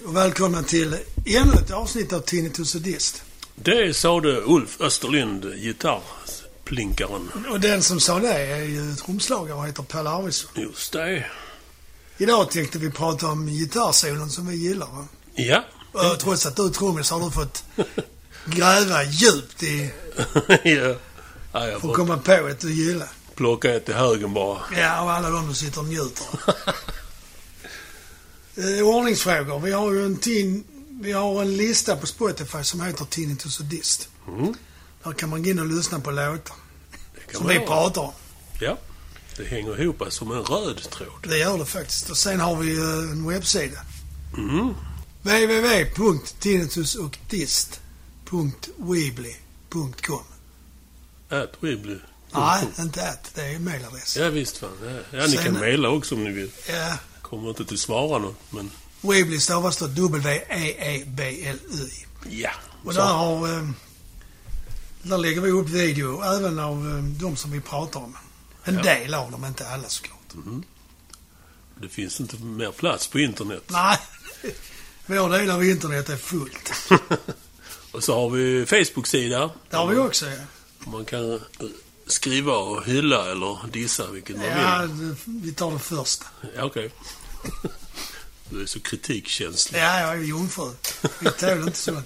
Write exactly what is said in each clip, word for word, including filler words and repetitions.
och välkomna till ännu ett avsnitt av Tinnitus och Dist. Det sa det Ulf Österlind, gitarrplinkaren. Och den som sa det är ju trumslagare och heter Pelle Arvidsson. Just det. Idag tänkte vi prata om gitarrsolon som vi gillar, va? Ja. Och trots att du är trummis har du fått gräva djupt i... ja. Ja, jag för att komma på ett du gillar. Plocka ett i högen bara. Ja, och alla de som sitter och njuter. eh, ordningsfrågor. Vi har ju en tin... Vi har en lista på Spotify som heter Tinnitus och Dist. Mm. Där kan man gå in och lyssna på låtar som vi vi pratar om. Ja, det hänger ihop som en röd tråd. Det gör det faktiskt. Och sen har vi en webbsida. Mm. w w w punkt tinnitus och dist punkt weebly punkt com. At Weebly. Nej, inte att. Det är mailadress. Ja, visst fan. Ja, ja ni sen, kan mejla också om ni vill. Ja. Kommer inte till svara något, men... Weebly stavas då W E E B L Y. Ja. Och så. där har... Eh, där lägger vi upp video även av eh, de som vi pratar om. En ja. del av dem, inte alla såklart. Mm. Det finns inte mer plats på internet. Nej. Vår del av internet är fullt. Och så har vi Facebook-sida. Det har vi också, ja. Man kan skriva och hylla eller dissa, vilket man Ja, vill. det, vi tar det första. Ja, okej. Okay. Du är så kritikkänslig. Ja, jag är ju jungfru. Vi tål inte sånt.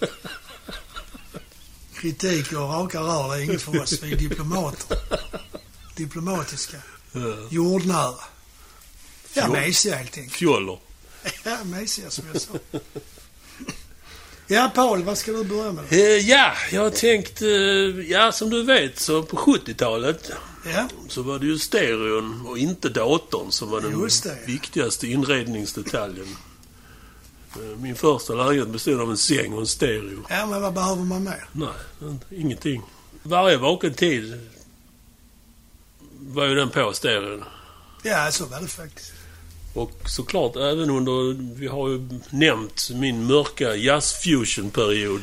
Kritik och raka rör, det är inget för oss. Vi är diplomater. Diplomatiska. Ja. Jordnära. Ja, Fjol- mesiga helt enkelt. Fjoller. Ja, mesiga som jag sa. Ja, Paul, vad ska du börja med? Eh, ja, jag tänkte... Ja, som du vet så på sjuttiotalet Ja, så var det ju stereon och inte datorn som var den Just det. viktigaste inredningsdetaljen. Eh, Min första lägenhet bestod av en säng och en stereo. ja men vad behöver man mer? Nej, ingenting. Varje vaken tid var ju den på stereon. Ja, så var det faktiskt. Och såklart även under, vi har ju nämnt min mörka jazz-fusion-period.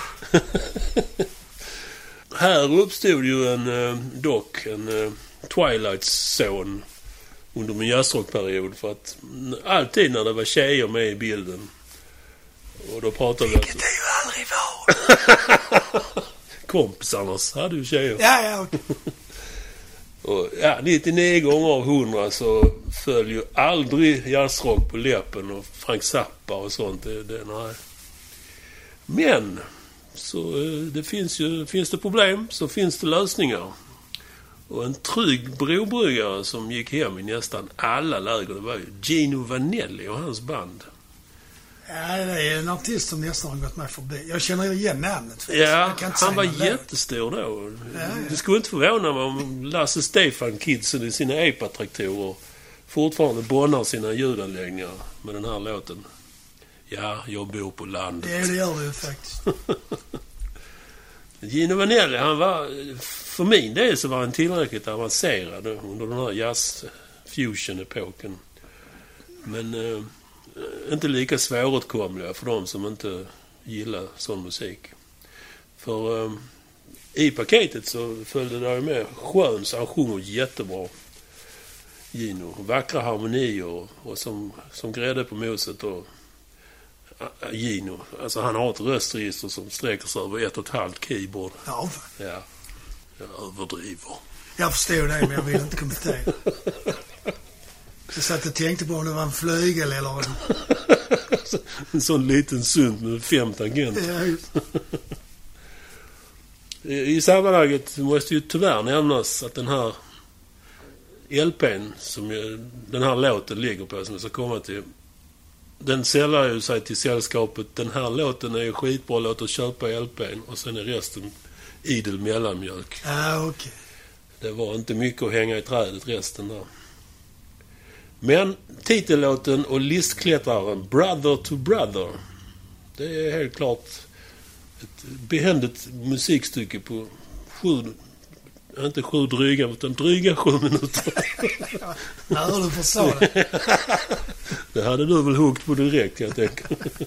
Här uppstod ju en eh, dock, en eh, Twilight Zone under min jazzrockperiod. För att alltid när det var tjejer med i bilden. Och då pratade vi... Vilket det ju aldrig var. Kompisarnas hade ju tjejer. Ja, ja, okej. Och ja, nittionio gånger av hundra så föll ju aldrig jazzrock på läppen och Frank Zappa och sånt. Det, det, nej. Men så det finns ju finns det problem så finns det lösningar. Och en trygg brobryggare som gick hem i nästan alla läger, det var ju Gino Vanelli och hans band. Ja, det är en artist som nästan har gått mig förbi. Jag känner igen namnet. Ja, Jag kan inte han var säga någon jättestor då. Ja, ja. Det skulle inte förvåna mig om Lasse Stefan-kidsen i sina E P A-traktorer fortfarande bonnar sina ljudanläggningar med den här låten. Ja, jag bor på landet. Ja, det gör det ju faktiskt. Gino Vanelli, han var, för min del så var han tillräckligt avancerad under den här jazz-fusion-epoken. Men eh, inte lika svåråtkomliga för de som inte gillar sån musik. För eh, i paketet så följde det ju med skön, så han sjunger jättebra. Gino, vackra harmonier och som, som grädde på moset och Gino, alltså han har ett röstregister som sträcker sig över ett och ett halvt keyboard. Ja, Ja, jag överdriver. jag förstår det, men jag vill inte kommentera. Jag satt och tänkte på om det var en flygel eller en... En sån liten synt med fem tangenter. Ja, just. I, I sammanhanget måste ju tyvärr nämnas att den här L P:n som ju, den här låten ligger på, som jag ska komma till, den säljer ju sig till sällskapet. Den här låten är ju skitbra, låt oss köpa L P:n och sen är resten idel mellanmjölk. Ja, okej. Det var inte mycket att hänga i trädet resten där. Men titellåten och listklättraren Brother to Brother, det är helt klart ett behändigt musikstycke på sju, inte sju dryga, utan dryga sju minuter. När du förstår det. Det hade du väl huggt på direkt, jag tänker.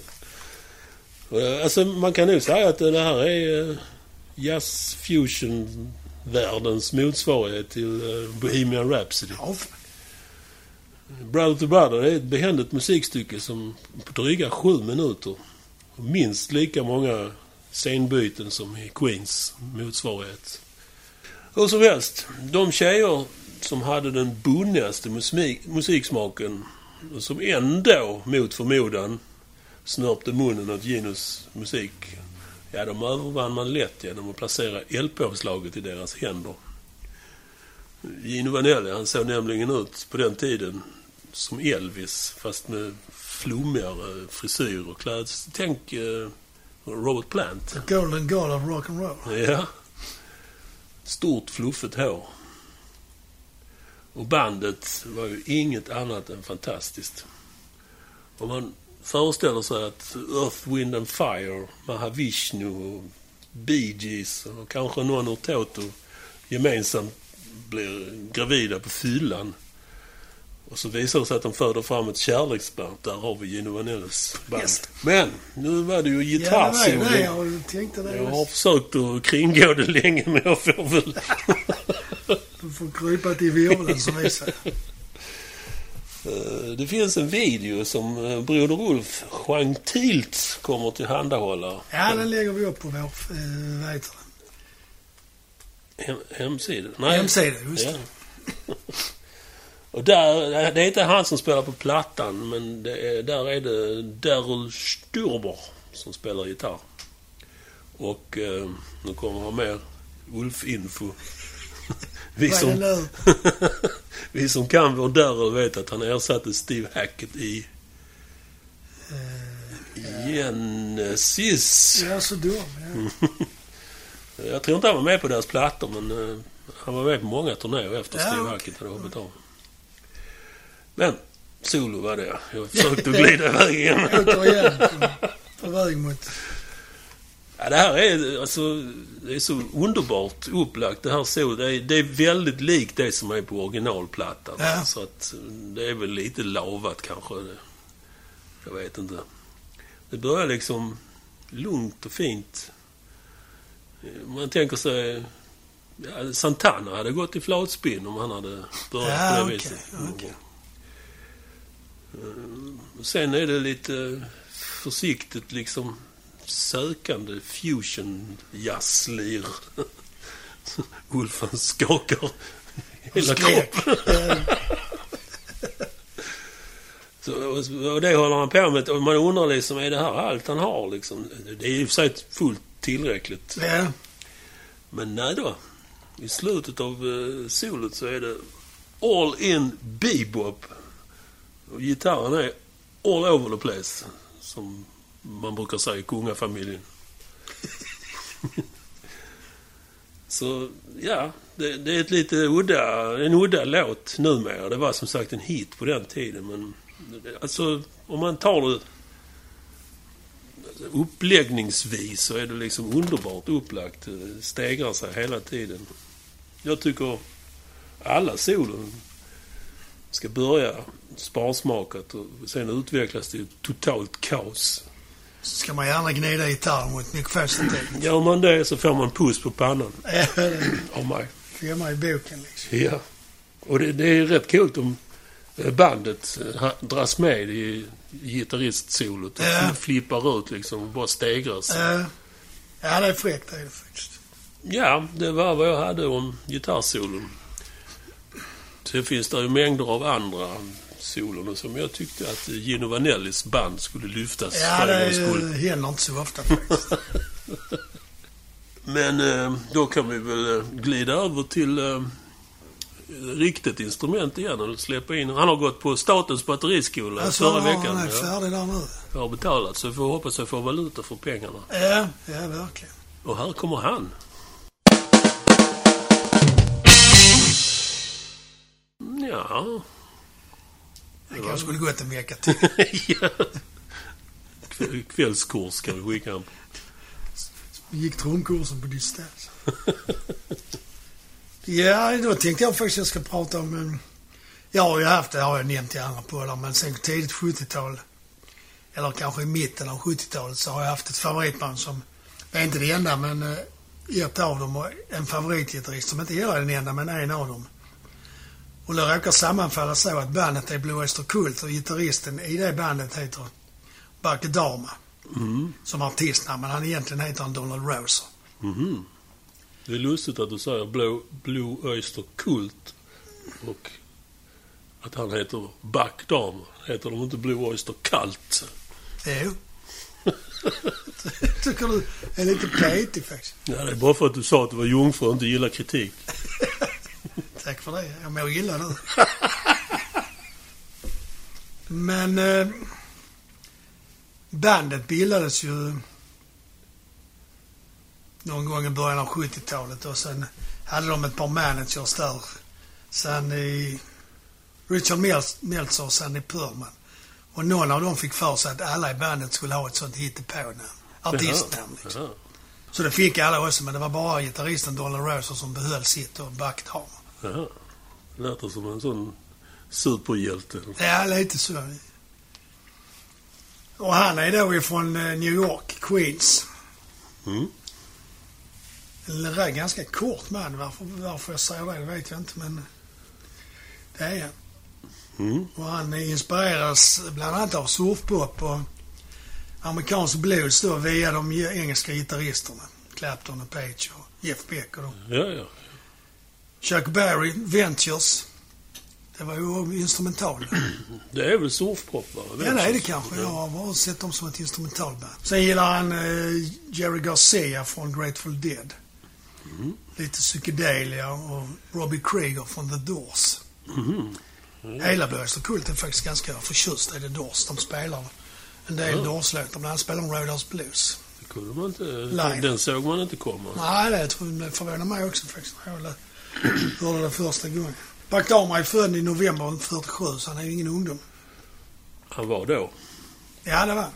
Alltså man kan nog säga att det här är jazz fusion världens motsvarighet till Bohemian Rhapsody. Ja, Brother to Brother är ett behändigt musikstycke som på dryga sju minuter. Minst lika många scenbyten som i Queens motsvarighet. Och som helst, de tjejer som hade den bunnigaste musik, musiksmaken och som ändå mot förmodan snörpte munnen åt Ginos musik, ja, de övervann man lätt genom att placera L P-avslaget i deras händer. Gino Vanelli, han såg nämligen ut på den tiden som Elvis, fast med flummigare frisyr och kläder. Tänk uh, Robert Plant. The Golden God of Rock and Roll. Ja. Stort fluffigt hår. Och bandet var ju inget annat än fantastiskt. Om man föreställer sig att Earth, Wind and Fire, Mahavishnu och Bee Gees och kanske någon ur Toto gemensamt blir gravida på fyllan. Och så visar det sig att de föder fram ett kärleksband. Där har vi Gino Vanellis band. Yes. Men nu var det ju gitarrsolo. Ja, det jag tänkte det. Jag har försökt att kringgå det länge, men jag får väl... Du får krypa till virveln som visar. Det finns en video som Broder Ulf gentilt kommer till handahålla. Ja, den lägger vi upp på vår äh, vad heter den? Hem, hemsida? Nej. Hemsida, just det. Ja. Och där, det är inte han som spelar på plattan, men det är, där är det Daryl Sturber som spelar gitarr. Och eh, nu kommer han med Ulf-info. Vi som, vi som kan vår Daryl vet att han ersatte Steve Hackett i uh, Genesis. Ja, så dum, ja. Jag tror inte han var med på deras plattor, men uh, han var med på många turnéer efter ja, Steve okay. Hackett hade hoppat av. Men solo var det. Jag försökte glida iväg igen. Jag igen på, på väg mot... Ja, det här är, alltså, det är så underbart upplagt. Det här så, det är, det är väldigt likt det som är på originalplattan. Ja. Så att det är väl lite lavat kanske. Jag vet inte. Det börjar liksom lugnt och fint. Man tänker sig... Ja, Santana hade gått i flatspinn om han hade börjat ja, på det viset. Okay, okay. Sen är det lite försiktigt liksom sökande fusion jazzlir. Ulfan skakar hela kroppen. Så, och det håller han på med. Och man undrar liksom, är det här allt han har liksom? Det är ju för sig fullt tillräckligt. Ja. Men nej då. I slutet av uh, solet så är det all in bebop. Och gitarren är all over the place, som man brukar säga i kungafamiljen. Så ja, det, det är ett lite udda, en udda låt numera. Det var som sagt en hit på den tiden, men alltså om man tar det uppläggningsvis så är det liksom underbart upplagt. Det stegrar sig hela tiden. Jag tycker alla solon ska börja sparsmakat och sen utvecklas till totalt kaos. Så ska man gärna gnida gitarr mot mikrofonstativ. Gör man det så får man puss på pannan. Av mig. Firma i boken liksom. Ja. Och det, det är rätt coolt om bandet dras med i gitarristsolot och ja. flippar ut liksom och bara stegras. Ja. Ja, det är fräckt det är det faktiskt. Ja, det var vad jag hade om gitarrsolon. Så finns det ju mängder av andra solon som jag tyckte att Gino Vanellis band skulle lyftas. Ja, det händer inte så ofta faktiskt. Men eh, då kan vi väl glida över till eh, riktigt instrument igen och släppa in. Han har gått på Statens batteriskola alltså, förra veckan. Han är färdig där nu. Jag har betalat så vi får hoppas att jag får valuta för pengarna. Ja, ja verkligen. Och här kommer han. Ja. Det kanske skulle gått en vecka till. Ja. Kvällskurs kan vi skicka honom. Gick trumkursen på distans. Ja, då tänkte jag faktiskt att jag ska prata om... En, jag har ju haft det, har jag nämnt i andra poddar, men sen tidigt sjuttiotal, eller kanske i mitten av sjuttiotalet, så har jag haft ett favoritband som, det är inte det enda, men ett av dem, och en favoritgitarrist som inte är den enda, men en av dem. Och det råkar sammanfalla så att bandet är Blue Oyster Cult och gitarristen i det bandet heter Buck Dharma. Mm. Som artistnamn, men han egentligen heter han Donald Rose. Mm. Det är lustigt att du säger Blue, Blue Oyster Cult och att han heter Buck Dharma. Heter de inte Blue Oyster Cult? Jo. Tycker du är lite petig faktiskt. Ja, det är bara för att du sa att du var jungfru och inte gillar kritik. Tack för det. Jag mår illa nu. Men eh, bandet bildades ju någon gång i början av sjuttiotalet och sen hade de ett par managers där. Sen i Richard Meltzer och sen i Perlman. Och någon av dem fick för sig att alla i bandet skulle ha ett sånt hittepånamn. Artistnamn liksom. Jaha. Så det fick alla också, men det var bara gitarristen Donald Rose som behöll sitt och Buck Dharma. Jaha. Det låter som en sån superhjälte. Ja, lite så. Och han är då ifrån New York, Queens. Mm. En ganska kort man. Varför, varför jag säger det, det vet jag inte, men det är han. Mm. Och han inspireras bland annat av surfpop och amerikansk blues då via de engelska gitarristerna. Clapton och Page och Jeff Beck och de. Ja, ja. Chuck Berry, Ventures. Det var ju instrumental. Det är väl surfpop, va? Ja, det är det kanske. Jag har bara sett dem som ett instrumentalband. Sen gillar han eh, Jerry Garcia från Grateful Dead. Mm. Lite psykedelia och Robbie Krieger från The Doors. Mm. Mm. Hela Blue Oyster Cult är faktiskt ganska förtjust i The Doors. De spelar en del Ja. Doors-låtar. Bland annat spelar de Roadhouse Blues. Det kunde man inte... Live. Den såg man inte komma. Nej, det tror jag förvånar mig också faktiskt. Jag hörde hörde det första gången. Buck Dharma är född i november fyrtiosju, så han är ju ingen ungdom. Han var då. Ja, det var han.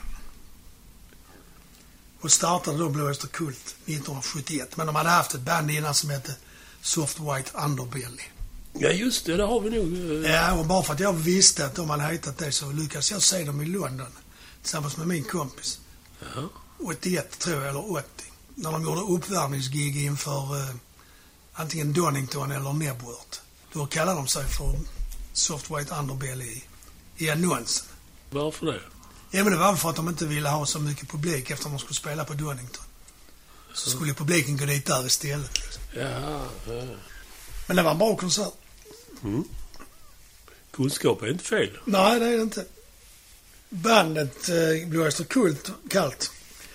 Och startade då Blue Oyster Cult nittonhundrasjuttioett. Men de hade haft ett band innan som hette Soft White Underbelly. Ja, just det. Det har vi nog... eh, Ja, och bara för att jag visste att de hade hetat det så lyckades jag se dem i London tillsammans med min kompis. Ja. åttioett tror jag, eller åttio. När de gjorde uppvärmningsgig inför eh, antingen Donington eller Nebworth. Då kallade de sig för Soft White Underbelly i, i annonsen. Varför det? Ja, men det var för att de inte ville ha så mycket publik efter de skulle spela på Donington. Så skulle publiken gå dit där istället. Liksom. Ja, ja. Men det var en bra konsert. Mm. Kunskap är inte fel. Nej, det är det inte. Bandet eh, Blue Oyster Cult, kallt.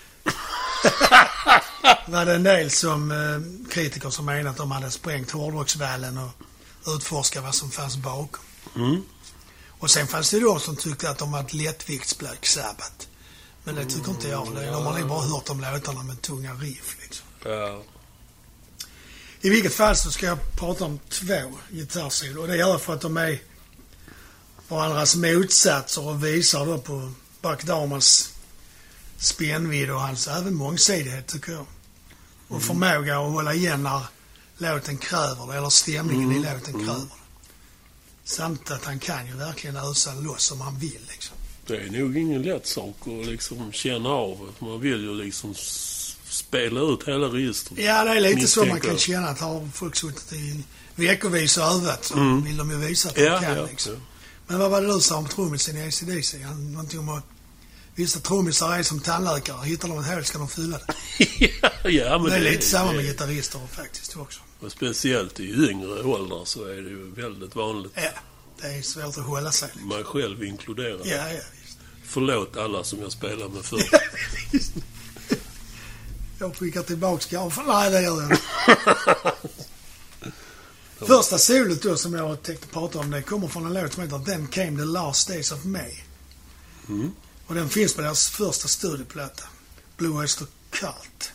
var det en del som eh, kritiker som menade att de hade sprängt hårdrocksvallen och utforskat vad som fanns bakom. Mm. Och sen fanns det de som tyckte att de var ett lättvikts Black Sabbath. Men det tycker inte jag. De har nog bara hört om låtarna med tunga riff liksom. Ja. I vilket fall så ska jag prata om två gitarrsidor. Och det gör jag för att de är varandras motsatser och visar då på Buck Dharmas spännvidd och hans även mångsidighet tycker jag. Och mm. förmåga att hålla igen när låten kräver det, eller stämningen mm. i låten mm. kräver det. Samt att han kan ju verkligen ösa loss om han vill liksom. Det är nog ingen lätt sak att liksom känna av. Man vill ju liksom s- spela ut hela registret. Ja, det är lite så man Misstänker. kan känna att har folk suttit i veckovis och övat så Mm. vill de ju visa att de Ja, kan ja, liksom. ja. Men vad var det du sa om trummisen i A C D C? Han, någonting om att vissa trummisar är som tandläkare. Hittar de ett hål ska de fylla det. ja, ja, men det är det, lite samma det, med gitarrister också. Och speciellt i yngre åldrar så är det ju väldigt vanligt. Ja, det är svårt att hålla sig. Liksom. Man själv inkluderad. Ja, ja, visst. Förlåt alla som jag spelar med förr. jag skickar tillbaka gaffel. Nej, det gör jag inte. Första solot då som jag har tänkt att prata om, det kommer från en låt som heter Then Came the Last Days of May. Mm. Och den finns på deras första studieplatta, Blue Oyster Cult.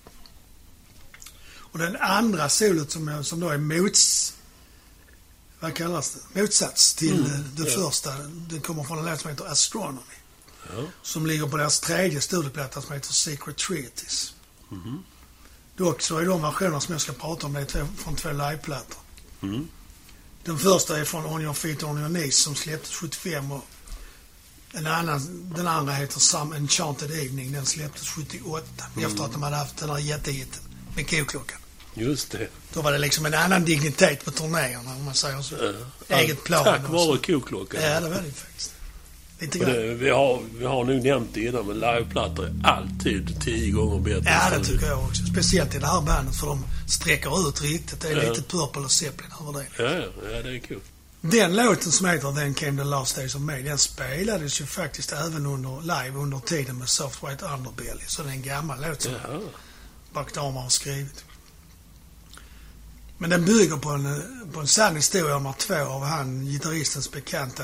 Och den andra solot som, jag, som då är mots... Vad kallas det? Motsats till Mm, det ja. första. Det kommer från en låt som heter Astronomy. Ja. Som ligger på deras tredje studieplatta som heter Secret Treatise. Mm. Dock så är de versioner som jag ska prata om, det är två, från två liveplattor. Mm. Den första är från On Your Feet On Your Knees som släpptes sjuttiofem och en annan, den andra heter Some Enchanted Evening, den släpptes sjuttioåtta mm. efter att de hade haft den här jättehitten med koklockan. Just det. Då var det liksom en annan dignitet på turnéerna, om man säger så. Ja. Eget plan. Tack vare koklockan. Ja, det var det faktiskt. Lite Och grann. det, vi, har, vi har nog nämnt det innan, men liveplattor är alltid tio gånger bättre. Ja, det tycker jag också. Speciellt i det här bandet, för de sträcker ut riktigt. Det är Ja. lite Purple och Zeppelin över det. Ja, ja, ja, det är kul. Den låten som heter Then Came the Last Days of May, den spelades ju faktiskt även under live under tiden med Soft White Underbelly. Så det är en gammal låt som Ja. Buck Dahmer har skrivit. Men den bygger på en, på en sann historia om att två av han, gitarristens bekanta,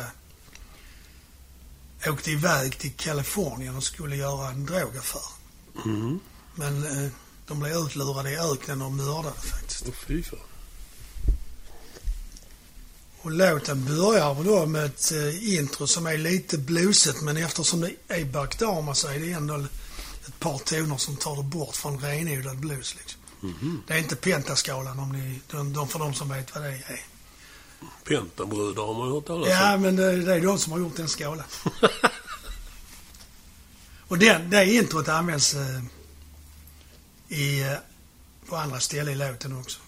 åkte iväg till Kalifornien och skulle göra en drogaffär. Mm. Men eh, de blev utlurade i öknen och mördade faktiskt. Åh, fy fan. Och låten börjar då med ett eh, intro som är lite bluesigt, men eftersom det är Buck Dahmer så är det ändå ett par toner som tar det bort från renodlad blues liksom. Mm. Det är inte pentaskalan, om ni, de, de för de som vet vad det är. Pentabröder har man hört talas om. Ja, men det, det är de som har gjort den skalan. Och den, det introt används eh, i, eh, på andra ställen i låten också.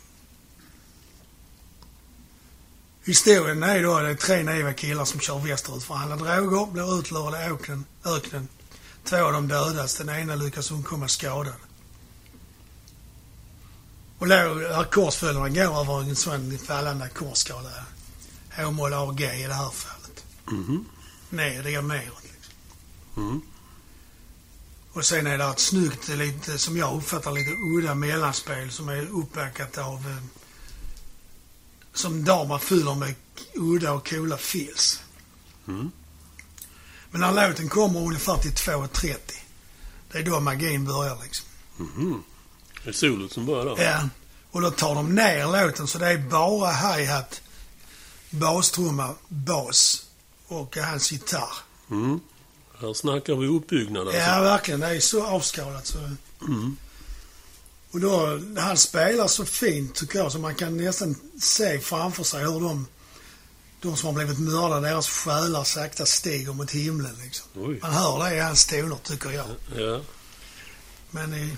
Historien är då att det är tre naiva killar som kör västerut för att handla droger, blir utlurade i öknen, öknen. Två av dem dödas, den ena lyckas undkomma skadad. Och ackordsföljderna går över en sån fallande ackordskala. H-moll, A, G i det här fallet. Mm. Nej, det går neråt liksom. Mm. Och sen är det ett snyggt, lite, som jag uppfattar, lite udda mellanspel som är uppbackat av eh, som Dahmer fyller med udda och coola fills. Mm. Men när låten kommer ungefär till två trettio, det är då magin börjar liksom. Mm. Det är solot som börjar då. Ja, och då tar de ner låten så det är bara hi-hat, bastrumma, bas och hans gitarr. Mm. Här snackar vi uppbyggnad alltså. Ja, verkligen. Det är så avskalat så. Mm. Och då, han spelar så fint tycker jag, så man kan nästan se framför sig hur de, de som har blivit mördade, deras själar sakta stiger mot himlen liksom. Oj. Man hör det i hans toner tycker jag. Ja. Men i,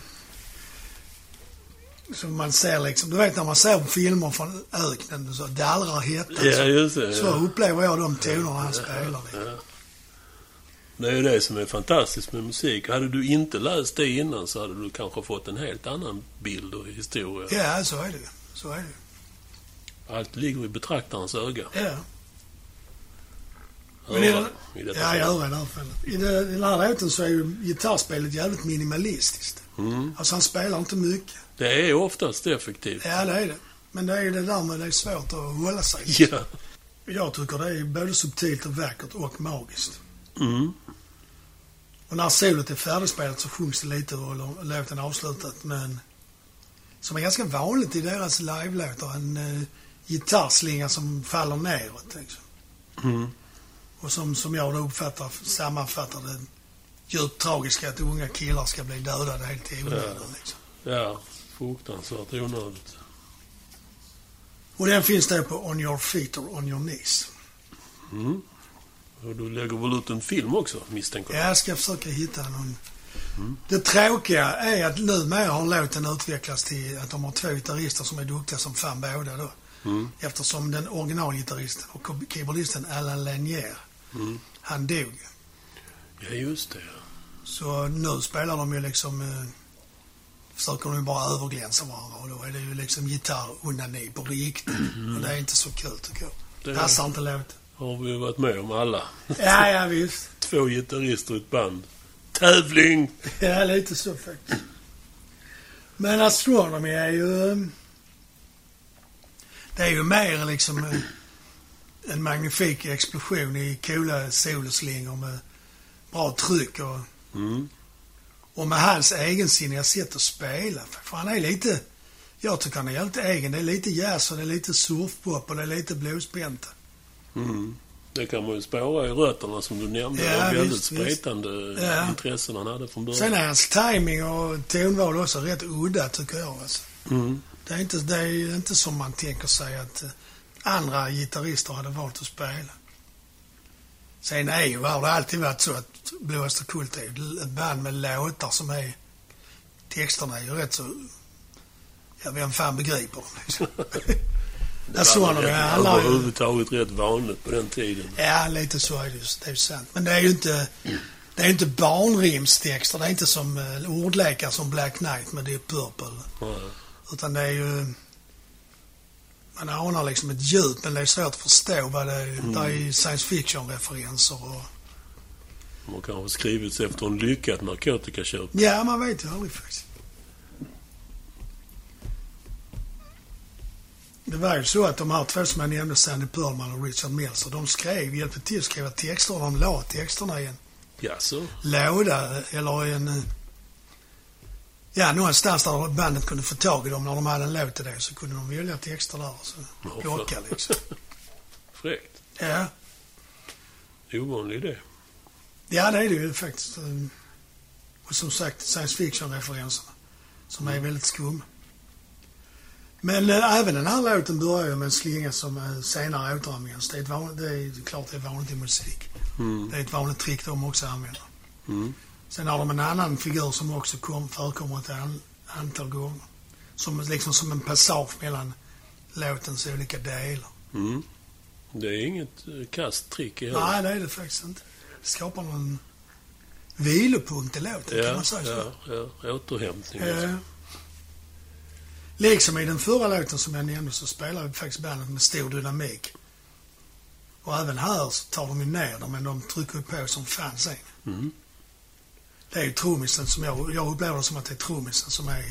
så man ser liksom, du vet när man ser filmer från öknen så dallrar hettan. Ja, just det. Så Ja. upplever jag de tonerna han spelar. Liksom. Ja. Det är ju det som är fantastiskt med musik. Hade du inte läst det innan så hade du kanske fått en helt annan bild och historia. Ja, så är det. Så är det. Allt ligger i betraktarens öga. Ja. Men i, Öra, i detta ja, fall. jag hör i det här fallet. I, det, I den här låten så är ju gitarrspelet jävligt minimalistiskt. Mm. Alltså han spelar inte mycket. Det är oftast effektivt. Ja, det är det. Men det är ju det där med det är svårt att hålla sig. Ja. Jag tycker det är både subtilt och vackert och magiskt. Mm. Och när solot är färdigspelat så sjungs det lite och låten är avslutat. Men som är ganska vanligt i deras live-låtar, en uh, gitarrslinga som faller neråt. Liksom. Mm. Och som, som jag då uppfattar, sammanfattar det djupt tragiska att unga killar ska bli dödade helt i onödan. Ja. Liksom. Ja, fruktansvärt onödigt. Och den finns då på On Your Feet or On Your Knees. Mm. Och du lägger väl ut en film också, misstänker jag? Jag ska försöka hitta någon. Mm. Det tråkiga är att numera har låten utvecklats till att de har två gitarrister som är duktiga som fan båda då. Mm. Eftersom den originalgitarristen och keyboardisten Alan Lanier, Mm. han dog. Ja, just det. Så nu spelar de ju liksom, eh, försöker de ju bara överglänsa varandra och då är det ju liksom gitarr undan i på riktigt. Mm. Och det är inte så kul tycker jag. Det Passar inte låten. har vi varit med om alla. Ja, ja visst. Två gitarrister i ett band. Tävling! Ja, lite så faktiskt. Men Astronomy är ju... eh, Det är ju mer liksom en, en magnifik explosion i coola soloslingor med bra tryck och, Mm. och med hans egensinniga sätt att spela. För han är lite... Jag tycker han är helt egen. Det är lite jazz och det är lite surfpop och det är lite bluespenta. Mm. Det kan man ju spåra i rötterna som du nämnde. Ja, Det var väldigt visst, spretande Ja. intressen han hade från början. Sen är hans timing och tonval också rätt udda tycker jag. Alltså. Mm. Det är, inte, det är inte som man tänker sig att eh, andra gitarrister hade valt att spela. Sen är ju, har det alltid varit så att Blue Oyster Cult är ett band med låtar som är... Texterna är ju rätt så... Ja, vem fan begriper dem liksom? Det Jag såg honom, var han la ju... överhuvudtaget rätt vanligt på den tiden. Ja, lite så är det ju. Det är ju sant. Men det är ju inte... Det är inte barnrimstexter. Det är inte som uh, ordlekar som Black Knight med Deep Purple. Ja. Utan det är ju... Man anar liksom ett djup, men det är svårt att förstå vad det är. Mm. Det är ju science fiction-referenser och... Man kan ha skrivits efter en lyckad narkotikaköp. Ja, man vet ju aldrig faktiskt. Det var ju så att de här två som jag nämnde, Sandy Pearlman och Richard Mills, de skrev, hjälpte till att skriva texter och de la texterna i en Jaså? låda eller i en... Ja, någonstans där bandet kunde få tag i dem när de hade en låt till det, så kunde de välja texter där och så plocka liksom. Fräckt. Ja. Ovanlig idé. Ja, det är det ju faktiskt. Och som sagt, science fiction-referenserna som är väldigt skum. Men äh, även den här låten börjar ju med en slinga som äh, senare återanvänds. Det är, ett vanligt, det är klart det är vanligt i musik. Mm. Det är ett vanligt trick de också använder. Mm. Sen har de en annan figur som också kom, förekommer ett an, antal gånger. Som, liksom som en passage mellan låtens olika delar. Mm. Det är inget uh, kasttrick i Nej, det är det faktiskt inte. Det skapar någon vilopunkt i låten, ja, kan man säga så. Ja, ja. Återhämtning. Eh, liksom i den förra låten som jag nämnde så spelar vi faktiskt bandet med stor dynamik. Och även här så tar de ju ner dem, men de trycker ju på som fan sen. Mm. Det är ju trummisen som jag, jag upplever det som att det är trummisen som är...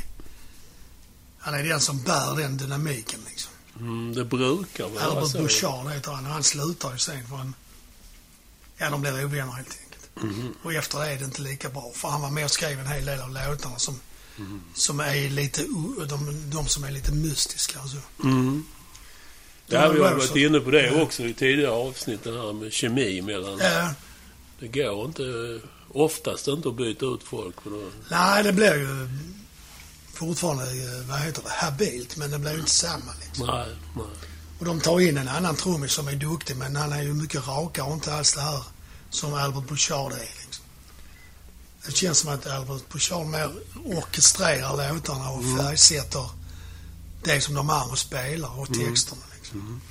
Han är den som bär den dynamiken liksom. Mm, det brukar vara så. Albert Bouchard heter han och han slutar ju sen för han... Ja, de blir ovänner helt enkelt. Mm. Och efter det är det inte lika bra. För han var med och skrev en hel del av låtarna som, mm. som är lite... De, de som är lite mystiska och så. Mm. Ja, vi har varit inne på det också i tidigare avsnitt, det här med kemi mellan... Ja. Det går inte... Oftast inte att byta ut folk. För då... Nej, det blir ju fortfarande, vad heter det, habilt, men det blir ju inte samma liksom. Nej, nej. Och de tar in en annan trummis som är duktig, men han är ju mycket rakare och inte alls det här som Albert Bouchard är liksom. Det känns som att Albert Bouchard mer orkestrerar låtarna och färgsätter det som de andra spelar och texterna liksom. Mm.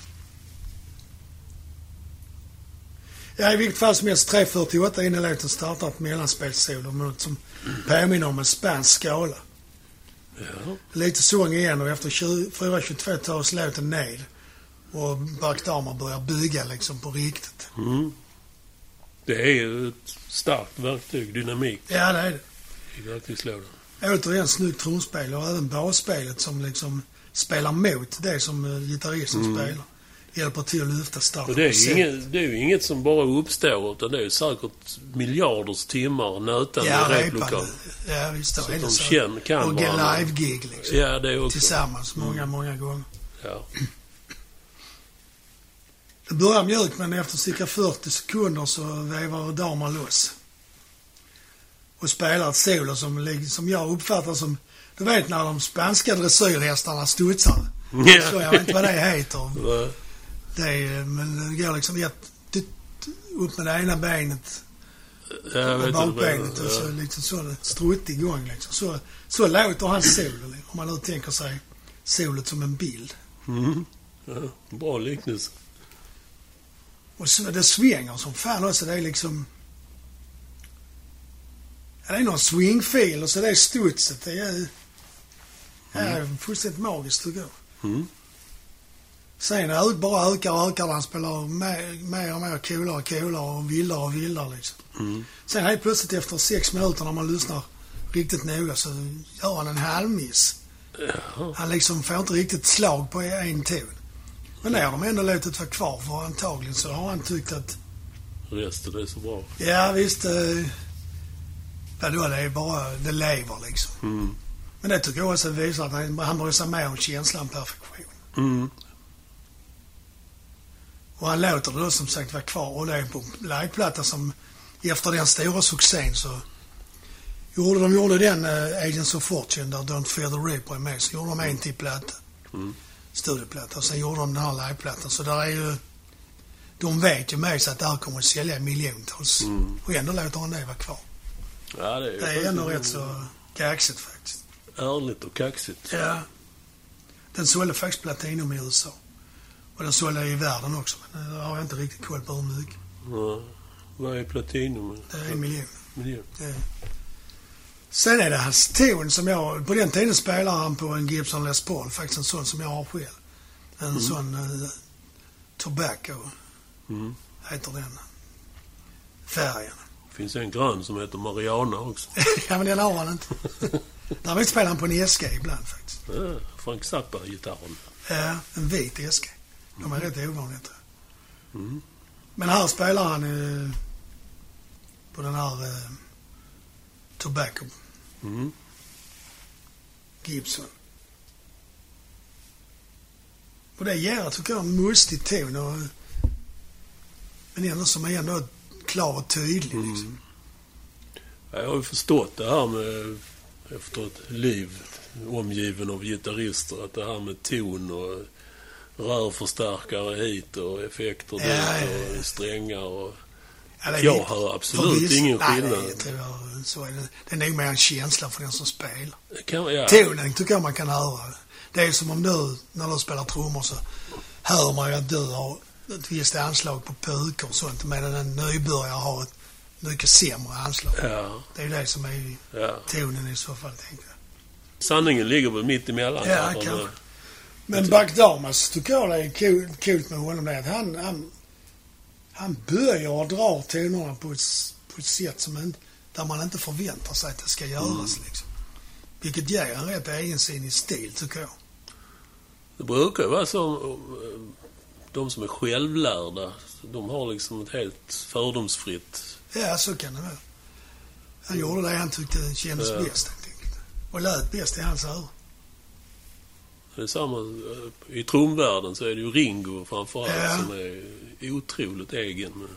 Ja, i vilket fall som helst, tre fyrtioåtta innan låten startar ett mellanspelssolo med något som påminner om en spansk skala. Ja. Lite sång igen och efter fyra tjugotvå tas låten ned och bakdamer börjar bygga liksom på riktigt. Mm. Det är ju ett starkt verktyg, dynamik. Ja, det är det. I verktygslådan. Återigen snyggt trumspel och även basspelet som liksom spelar mot det som uh, gitarristen mm. spelar. Hjälper till att lyfta starten. Och det är, inget, det är ju inget som bara uppstår, utan det är ju säkert miljarders timmar nötande ja, i replokal. Ja, visst. Så är det de så. känner, kan och live-gig liksom. Ja, det är också. Tillsammans många, många gånger. Ja. Det börjar mjukt, men efter cirka fyrtio sekunder så vävar damer loss. Och spelar ett solo som, som jag uppfattar som... Du vet när de spanska dressyrhästarna studsar. Yeah. Så jag vet inte vad det heter. Nej. Det är, men det går liksom ett, upp med det ena benet och bakbenet och så liksom så strutt igång liksom. Så, så låter hans solo, om man nu tänker sig solet som en bild. Mm. Ja, bra liknelse. Och så, det svänger som fan också. Det är liksom... Ja, det är någon swingfil och så det är studset. Det är, det är mm. fullständigt magiskt tycker jag. Mm. Sen är bara ökar och ökar. Han spelar mer, mer och mer coolare och coolare och vildare och vildare liksom. Mm. Sen helt plötsligt efter sex minuter när man lyssnar riktigt noga så gör han en halvmiss. Jaha. Han liksom får inte riktigt slag på en ton. Men när de ändå låtit vara kvar för antagligen så har han tyckt att... Resten är så bra. Ja visst. Eh, vadå, det är bara... Det lever liksom. Mm. Men det tycker jag också visar att han, han bryr sig mer om känslan perfektion. Mm. Och han låter det då som sagt vara kvar. Och det är på liveplatta som efter den stora succén så gjorde de gjorde den uh, Agents of Fortune där Don't Fear the Reaper är med. Så gjorde de en till platta. Mm. Studieplatta. Och sen gjorde de den här liveplattan. Så där är ju... De vet ju med sig att det här kommer att sälja i miljontals. Mm. Och ändå låter han det vara kvar. Ja, det är, det är ändå rätt så kaxigt faktiskt. Ärligt och kaxigt. Ja. Den sålde faktiskt platinum i U S A. Och den sålde i världen också, men det har jag inte riktigt koll på hur mycket. Ja. Vad är platinum? Det är en miljon. miljon. Ja. Sen är det hans ton som jag... På den tiden spelar han på en Gibson Les Paul, faktiskt en sån som jag har själv. En mm. sån uh, Tobacco, mm. heter den. Färgen. Det finns en grön som heter Mariana också. Ja, men den har han inte. Där spelar han på en S G ibland faktiskt. Ja, Frank Zappa-gitarren. Ja, en vit S G. De är mm. rätt ovanliga, tror jag. Mm. Men här spelar han uh, på den här uh, Tobacco. Mm. Gibson. Och det ger, tycker jag, en mustig ton. Och, men ändå som är ändå klar och tydlig. Mm. Liksom. Jag har ju förstått det här med, efter ett liv omgiven av gitarrister, att det här med ton och rörförstärkare hit och effekter dit, ja, ja, ja. Och strängar och... Ja, jag lite, hör absolut viss, ingen skillnad. Nej, jag tror så är det. Det är nog mer en känsla för den som spelar. Kan, ja. Tonen tycker jag man kan höra. Det är som om du, när du spelar trummor, så hör man ju att du har ett visst anslag på pukor och sånt, medan en nybörjare har ett mycket sämre anslag. Ja. Det är ju det som är ja. tonen i så fall, tänker jag. Sanningen ligger väl mitt emellan. Ja, kanske. Med... Men Buck Damas tycker jag det är kul, kul med honom, det att han... han Han börjar och drar tonerna på ett, på ett sätt som en, där man inte förväntar sig att det ska göras. Mm. Liksom. Vilket ger en rätt egensinnig stil, tycker jag. Det brukar vara så, de som är självlärda, de har liksom ett helt fördomsfritt... Ja, så kan det vara. Han gjorde det han tyckte kändes ja. bäst, helt enkelt. Och lät bäst i hans öron. Det är samma, i trumvärlden så är det ju Ringo framförallt ja. som är otroligt egen med,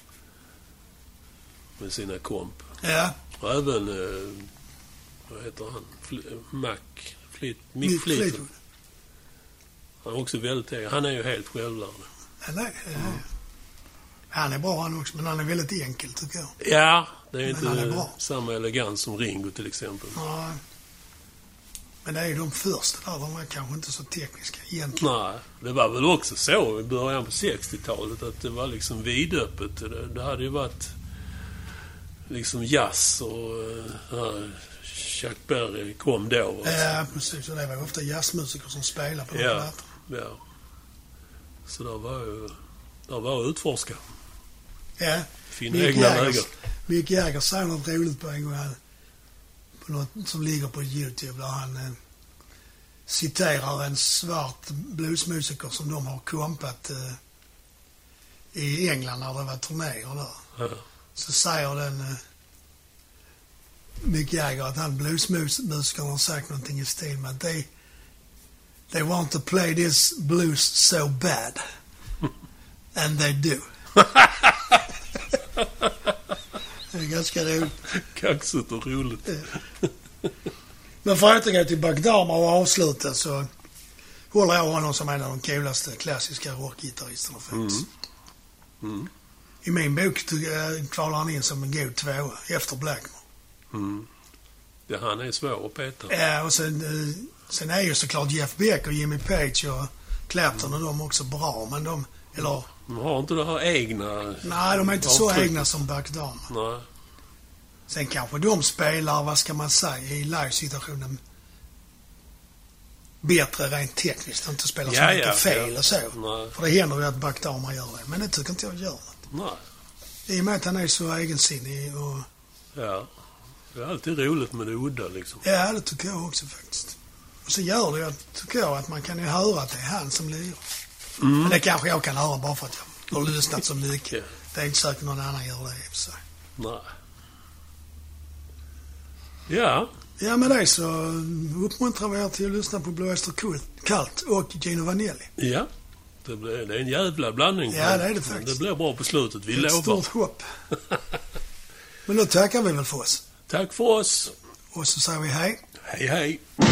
med sina komp. Ja. Och även, eh, vad heter han? Fl- Mac, Fleet, Mick Fleetwood. Han är också väldigt egen. Han är ju helt självlärd. Ja, nej, ja. Mm. Han är bra han också, men han är väldigt enkel, tycker jag. Ja, det är inte är samma elegans som Ringo till exempel. Ja. Men det är ju de första där, de var kanske inte så tekniska egentligen. Nej, det var väl också så i början på sextiotalet att det var liksom vidöppet. Det, det hade ju varit liksom jazz och uh, Chuck Berry kom då. Och ja, precis. Och det var ofta jazzmusiker som spelade på de ja, plattorna. Ja, så det var ju det var att utforska. Ja. Finna egna vägar. Mick Jagger sa något roligt på en gång här. På något som ligger på YouTube där han eh, citerar en svart bluesmusiker som de har kompat eh, i England när det var turnéer där. Ja. Så säger den eh, Mick Jagger att han bluesmusikern har sagt någonting i stil med att they, they want to play this blues so bad. And they do. Det är ganska roligt. Kaxigt och roligt. Men för att återgå till Buck Dahmer och avsluta så håller jag honom som en av de coolaste klassiska rockgitarristerna faktiskt. Mm. Mm. I min bok kvalar han in som en god tvåa efter Blackmore. Mm. Ja, han är svår att peta. Ja, och sen, sen är ju såklart Jeff Beck och Jimmy Page och Clapton och de också bra, men de, eller... De har inte det här egna... Nej, de är inte så egna som Buck Dahmer. Nej. Sen kanske de spelar, vad ska man säga, i live-situationen bättre rent tekniskt. Inte spelar så ja, mycket ja, fel ja. och så. Nej. För det händer ju att Buck Dahmer gör det. Men det tycker inte jag gör något. Nej. I och med att han är så egensinnig och... Ja. Det är alltid roligt med det udda liksom. Ja, det tycker jag också faktiskt. Och så gör det ju, tycker jag, att man kan ju höra att det är han som lirar. Mm. Men det kanske jag kan höra bara för att jag har lyssnat så mycket. Yeah. Det är inte säkert någon annan gör det i och för sig. Nej. Ja. Ja, med det så uppmuntrar vi er till att lyssna på Blue Oyster Cult och Gino Vanelli. Ja, det, blir, det är en jävla blandning. Ja, det är det faktiskt. Det blir bra på slutet, vi lovar. Ett stort hopp. Men då tackar vi väl för oss. Tack för oss. Och så säger vi hej. Hej, hej.